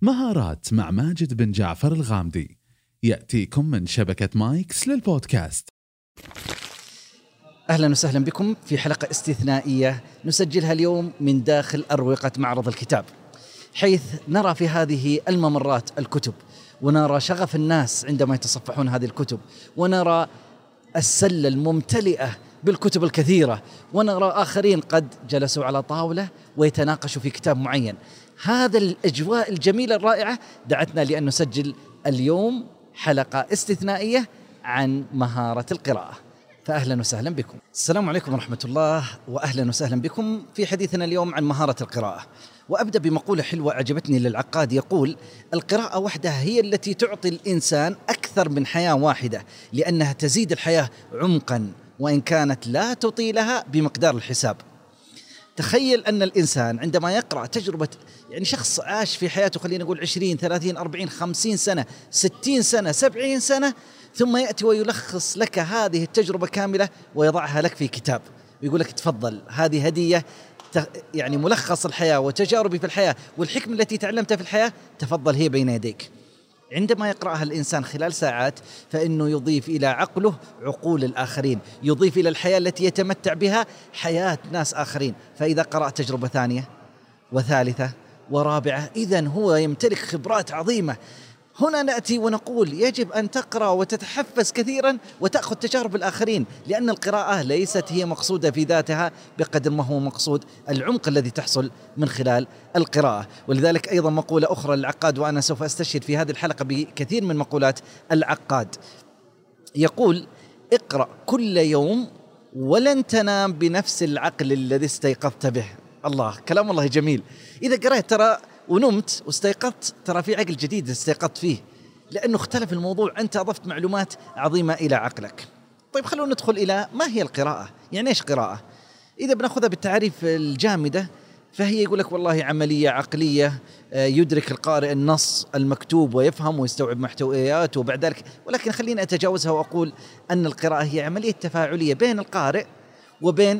مهارات مع ماجد بن جعفر الغامدي يأتيكم من شبكة مايكس للبودكاست. أهلا وسهلا بكم في حلقة استثنائية نسجلها اليوم من داخل أروقة معرض الكتاب، حيث نرى في هذه الممرات الكتب، ونرى شغف الناس عندما يتصفحون هذه الكتب، ونرى السلة الممتلئة بالكتب الكثيرة، ونرى آخرين قد جلسوا على طاولة ويتناقشوا في كتاب معين. هذا الأجواء الجميلة الرائعة دعتنا لأن نسجل اليوم حلقة استثنائية عن مهارة القراءة. فأهلا وسهلا بكم. السلام عليكم ورحمة الله، وأهلا وسهلا بكم في حديثنا اليوم عن مهارة القراءة. وأبدأ بمقولة حلوة عجبتني للعقاد، يقول: القراءة وحدها هي التي تعطي الإنسان أكثر من حياة واحدة، لأنها تزيد الحياة عمقا وإن كانت لا تطيلها بمقدار الحساب. تخيل أن الإنسان عندما يقرأ تجربة، يعني شخص عاش في حياته خلينا نقول 20 30 40 50 سنة 60 سنة 70 سنة، ثم يأتي ويلخص لك هذه التجربة كاملة ويضعها لك في كتاب ويقول لك تفضل هذه هدية، يعني ملخص الحياة وتجاربي في الحياة والحكمة التي تعلمتها في الحياة، تفضل هي بين يديك. عندما يقرأها الإنسان خلال ساعات فإنه يضيف إلى عقله عقول الآخرين، يضيف إلى الحياة التي يتمتع بها حياة ناس آخرين. فإذا قرأ تجربة ثانية وثالثة ورابعة، إذن هو يمتلك خبرات عظيمة. هنا نأتي ونقول يجب أن تقرأ وتتحفز كثيرا وتأخذ تجارب الآخرين، لأن القراءة ليست هي مقصودة في ذاتها بقدر ما هو مقصود العمق الذي تحصل من خلال القراءة. ولذلك أيضا مقولة أخرى للعقاد، وأنا سوف أستشهد في هذه الحلقة بكثير من مقولات العقاد، يقول: اقرأ كل يوم ولن تنام بنفس العقل الذي استيقظت به. الله، كلام الله جميل. إذا قرأت ترى ونمت واستيقظت ترى في عقل جديد استيقظت فيه، لأنه اختلف الموضوع، أنت أضفت معلومات عظيمة إلى عقلك. طيب خلونا ندخل إلى ما هي القراءة. يعني إيش قراءة؟ إذا بنأخذها بالتعريف الجامدة فهي يقول لك والله عملية عقلية يدرك القارئ النص المكتوب ويفهم ويستوعب محتوياته وبعد ذلك، ولكن خلينا أتجاوزها وأقول أن القراءة هي عملية تفاعلية بين القارئ وبين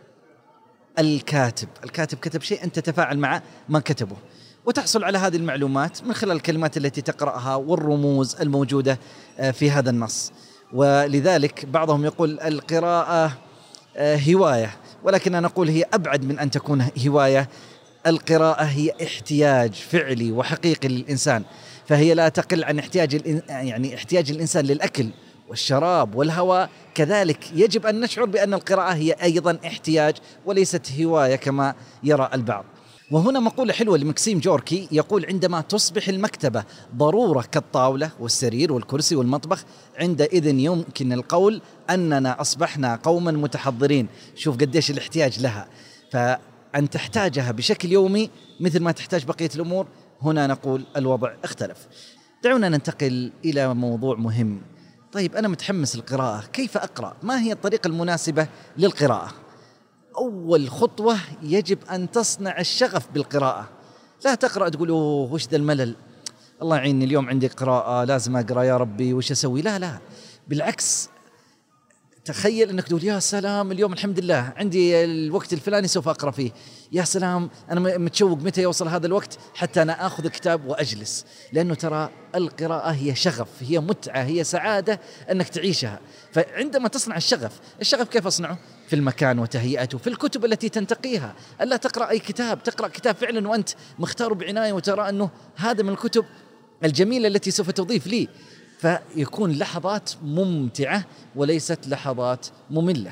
الكاتب. الكاتب كتب شيء، أنت تتفاعل مع من كتبه وتحصل على هذه المعلومات من خلال الكلمات التي تقرأها والرموز الموجودة في هذا النص. ولذلك بعضهم يقول القراءة هواية، ولكن أنا أقول هي أبعد من أن تكون هواية. القراءة هي احتياج فعلي وحقيقي للإنسان، فهي لا تقل عن احتياج الإنسان للأكل والشراب والهواء. كذلك يجب أن نشعر بأن القراءة هي أيضا احتياج وليست هواية كما يرى البعض. وهنا مقولة حلوة لمكسيم جوركي، يقول: عندما تصبح المكتبة ضرورة كالطاولة والسرير والكرسي والمطبخ، عندئذ يمكن القول أننا أصبحنا قوما متحضرين. شوف قديش الاحتياج لها، فأن تحتاجها بشكل يومي مثل ما تحتاج بقية الأمور، هنا نقول الوضع اختلف. دعونا ننتقل إلى موضوع مهم. طيب أنا متحمس القراءة، كيف أقرأ؟ ما هي الطريقة المناسبة للقراءة؟ أول خطوة يجب أن تصنع الشغف بالقراءة. لا تقرأ تقول وش ذا الملل، الله يعيني اليوم عندي قراءة لازم أقرأ يا ربي وش أسوي. لا، بالعكس، تخيل أنك تقول يا سلام اليوم الحمد لله عندي الوقت الفلاني سوف أقرأ فيه، يا سلام أنا متشوق متى يوصل هذا الوقت حتى أنا أخذ الكتاب وأجلس. لأنه ترى القراءة هي شغف، هي متعة، هي سعادة أنك تعيشها. فعندما تصنع الشغف كيف أصنعه؟ في المكان وتهيئته، في الكتب التي تنتقيها. ألا تقرأ أي كتاب، تقرأ كتاب فعلا وأنت مختاره بعناية وترى أنه هذا من الكتب الجميلة التي سوف تضيف لي، فيكون لحظات ممتعة وليست لحظات مملة.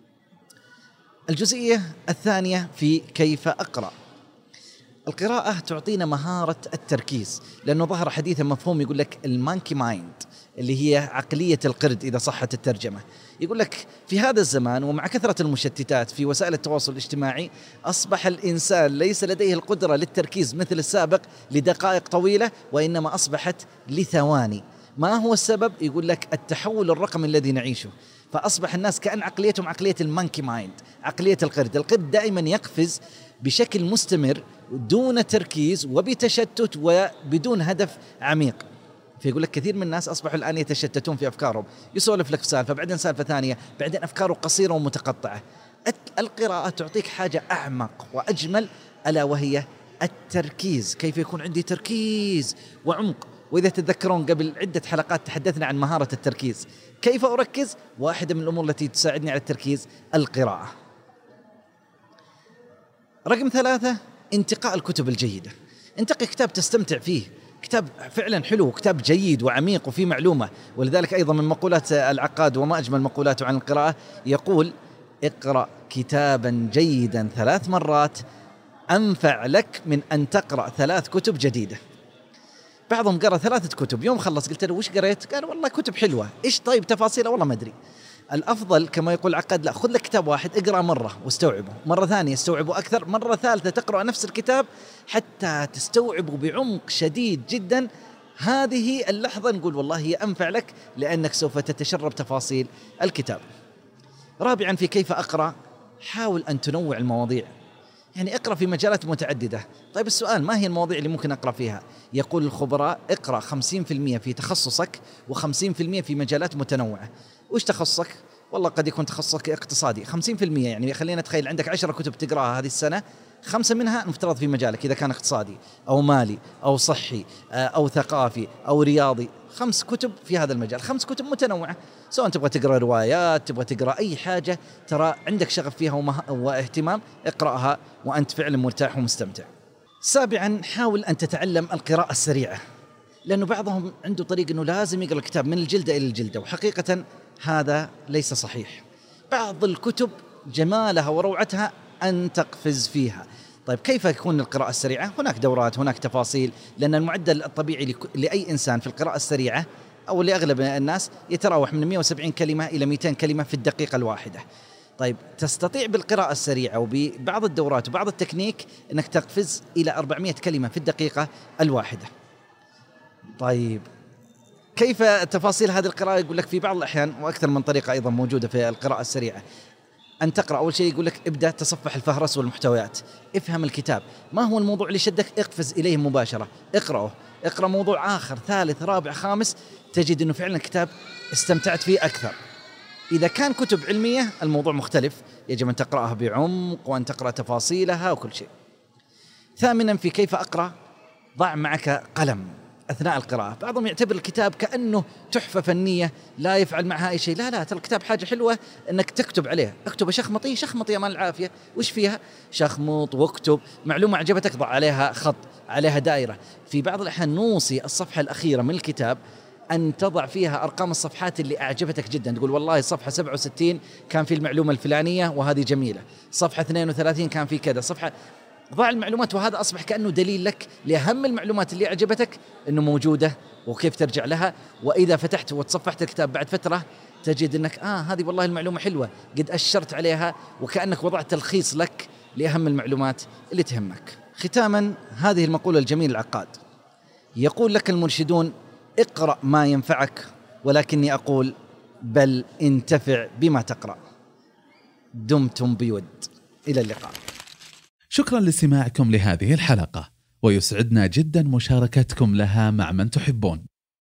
الجزئية الثانية في كيف أقرأ. القراءة تعطينا مهارة التركيز، لأنه ظهر حديثا مفهوم يقول لك المانكي مايند، اللي هي عقلية القرد إذا صحت الترجمة. يقول لك في هذا الزمان ومع كثرة المشتتات في وسائل التواصل الاجتماعي، أصبح الإنسان ليس لديه القدرة للتركيز مثل السابق لدقائق طويلة، وإنما أصبحت لثواني. ما هو السبب؟ يقول لك التحول الرقمي الذي نعيشه. فأصبح الناس كأن عقليتهم عقلية المانكي مايند، عقلية القرد. القرد دائما يقفز بشكل مستمر دون تركيز وبتشتت وبدون هدف عميق. فيقول لك كثير من الناس أصبحوا الآن يتشتتون في أفكارهم، يسولف لك في سالفة بعدين سالفة ثانية بعدين أفكاره قصيرة ومتقطعة. القراءة تعطيك حاجة أعمق وأجمل، ألا وهي التركيز، كيف يكون عندي تركيز وعمق. وإذا تتذكرون قبل عدة حلقات تحدثنا عن مهارة التركيز، كيف أركز؟ واحدة من الأمور التي تساعدني على التركيز القراءة. رقم 3، انتقاء الكتب الجيدة. انتقي كتاب تستمتع فيه، كتاب فعلا حلو، كتاب جيد وعميق وفيه معلومة. ولذلك أيضا من مقولات العقاد وما أجمل مقولاته عن القراءة يقول: اقرأ كتابا جيدا 3 مرات أنفع لك من أن تقرأ 3 كتب جديدة. بعضهم قرأ 3 كتب، يوم خلص قلت له: وش قريت؟ قال: والله كتب حلوة. إيش طيب تفاصيله؟ والله ما أدري. الأفضل كما يقول عقاد: لا، خذ لك كتاب واحد اقرأ مرة واستوعبه، مرة ثانية استوعبه أكثر، مرة ثالثة تقرأ نفس الكتاب حتى تستوعبه بعمق شديد جدا. هذه اللحظة نقول والله هي أنفع لك، لأنك سوف تتشرب تفاصيل الكتاب. رابعا، في كيف أقرأ، حاول أن تنوع المواضيع، يعني اقرأ في مجالات متعددة. طيب السؤال: ما هي المواضيع اللي ممكن أقرأ فيها؟ يقول الخبراء: اقرأ 50% في تخصصك و50% في مجالات متنوعة. وش تخصصك؟ والله قد يكون تخصصك اقتصادي، 50%، يعني خلينا نتخيل عندك 10 كتب تقرأها هذه السنة، 5 منها المفترض في مجالك، إذا كان اقتصادي أو مالي أو صحي أو ثقافي أو رياضي. 5 كتب في هذا المجال، 5 كتب متنوعة، سواء تبغى تقرأ روايات، تبغى تقرأ أي حاجة ترى عندك شغف فيها واهتمام، اقرأها وأنت فعلا مرتاح ومستمتع. 7، حاول أن تتعلم القراءة السريعة، لأنه بعضهم عنده طريق أنه لازم يقرأ الكتاب من الجلدة إلى الجلدة، وحقيقة هذا ليس صحيح. بعض الكتب جمالها وروعتها أن تقفز فيها. طيب كيف يكون القراءة السريعة؟ هناك دورات، هناك تفاصيل، لأن المعدل الطبيعي لأي إنسان في القراءة السريعة أو لأغلب الناس يتراوح من 170 كلمة إلى 200 كلمة في الدقيقة الواحدة. طيب تستطيع بالقراءة السريعة وببعض الدورات وبعض التكنيك أنك تقفز إلى 400 كلمة في الدقيقة الواحدة. طيب كيف تفاصيل هذه القراءة؟ يقول لك في بعض الأحيان وأكثر من طريقة أيضا موجودة في القراءة السريعة. أن تقرأ أول شيء يقول لك ابدأ تصفح الفهرس والمحتويات، افهم الكتاب، ما هو الموضوع اللي شدك اقفز إليه مباشرة، اقرأ موضوع آخر، ثالث، رابع، خامس، تجد أنه فعلا الكتاب استمتعت فيه أكثر. إذا كان كتب علمية الموضوع مختلف، يجب أن تقرأها بعمق وأن تقرأ تفاصيلها وكل شيء. 8، في كيف أقرأ، ضع معك قلم أثناء القراءة. بعضهم يعتبر الكتاب كأنه تحفة فنية لا يفعل معها أي شيء. لا، ترى الكتاب حاجة حلوة أنك تكتب عليه، اكتب شخمطي يا مال العافية، وش فيها؟ شخمط واكتب معلومة عجبتك ضع عليها خط، عليها دائرة. في بعض الأحيان نوصي الصفحة الأخيرة من الكتاب أن تضع فيها أرقام الصفحات اللي أعجبتك جدا، تقول والله صفحة 67 كان في المعلومة الفلانية وهذه جميلة، صفحة 32 كان في كذا، صفحة، ضع المعلومات، وهذا أصبح كأنه دليل لك لأهم المعلومات اللي أعجبتك أنه موجودة وكيف ترجع لها. وإذا فتحت وتصفحت الكتاب بعد فترة تجد أنك هذه والله المعلومة حلوة، قد أشرت عليها وكأنك وضعت تلخيص لك لأهم المعلومات اللي تهمك. ختاما، هذه المقولة الجميل العقاد، يقول لك المرشدون: اقرأ ما ينفعك، ولكني أقول بل انتفع بما تقرأ. دمتم بود، إلى اللقاء. شكرا لاستماعكم لهذه الحلقة، ويسعدنا جدا مشاركتكم لها مع من تحبون.